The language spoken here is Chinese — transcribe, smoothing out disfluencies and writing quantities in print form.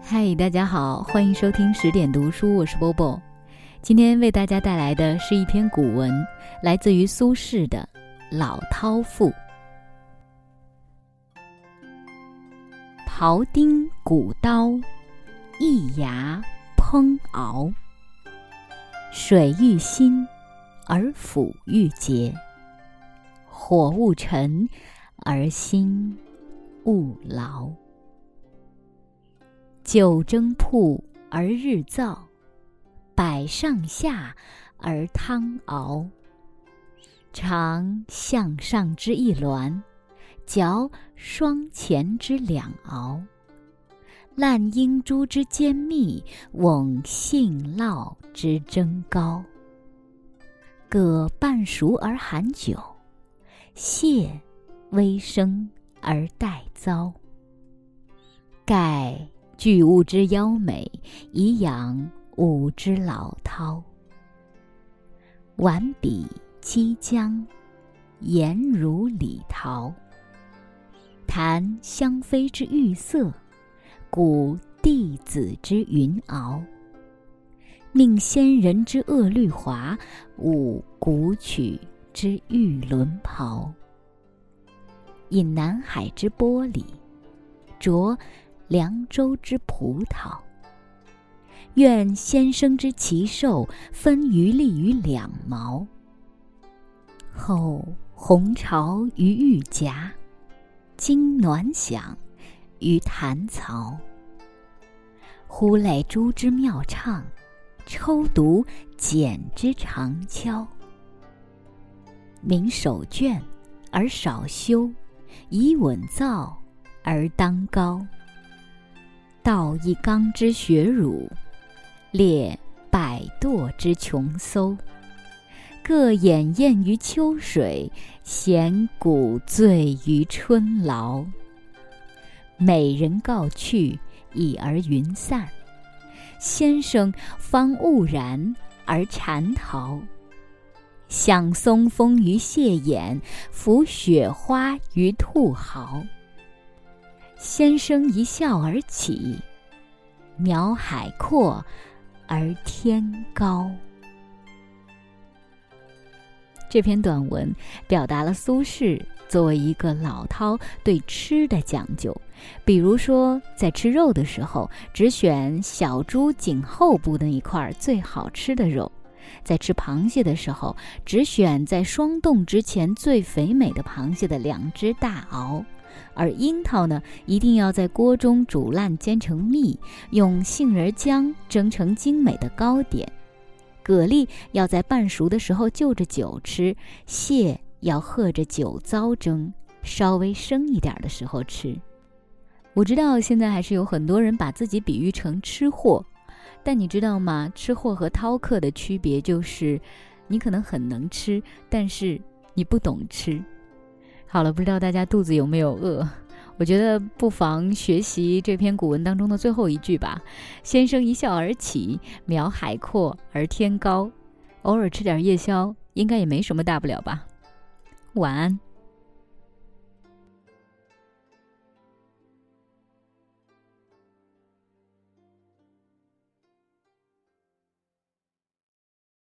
嗨，大家好，欢迎收听10点读书，我是波波。今天为大家带来的是一篇古文，来自于苏轼的《老饕赋》。庖丁鼓刀，一牙烹熬。水欲兴，而釜欲竭。火勿沉，而心勿劳。酒蒸铺而日燥，摆上下而汤熬。尝项上之一鸾，嚼双前之两螯。烂鹰珠之坚密，瓮杏酪之蒸膏。葛半熟而含酒，蟹微生而带糟。盖具物之妖美，以养吾之老饕。宛比鸡姜，颜如李桃。谈香妃之玉色，鼓弟子之云敖。命仙人之恶绿华，舞古曲之玉轮袍。饮南海之玻璃，酌凉州之葡萄。愿先生之奇兽，分余力于两毛。后红巢于玉颊，今暖响于弹槽。呼类珠之妙唱，抽读简之长敲。民手倦而少休，以稳造而当高。倒一缸之血乳，列百垛之琼搜。各掩宴于秋水，闲鼓醉于春劳。美人告去，已而云散。先生方兀然而蝉逃。享松风于蟹眼，抚雪花于兔毫。先生一笑而起，描海阔而天高。这篇短文表达了苏轼作为一个老饕对吃的讲究，比如说在吃肉的时候，只选小猪颈后部的一块最好吃的肉；在吃螃蟹的时候，只选在霜冻之前最肥美的螃蟹的2只大螯。而樱桃呢，一定要在锅中煮烂煎成蜜，用杏仁浆蒸成精美的糕点。蛤蜊要在半熟的时候就着酒吃，蟹要和着酒糟蒸，稍微生一点的时候吃。我知道现在还是有很多人把自己比喻成吃货，但你知道吗？吃货和饕客的区别就是，你可能很能吃，但是你不懂吃。好了，不知道大家肚子有没有饿？我觉得不妨学习这篇古文当中的最后一句吧。先生一笑而起，描海阔而天高。偶尔吃点夜宵，应该也没什么大不了吧。晚安。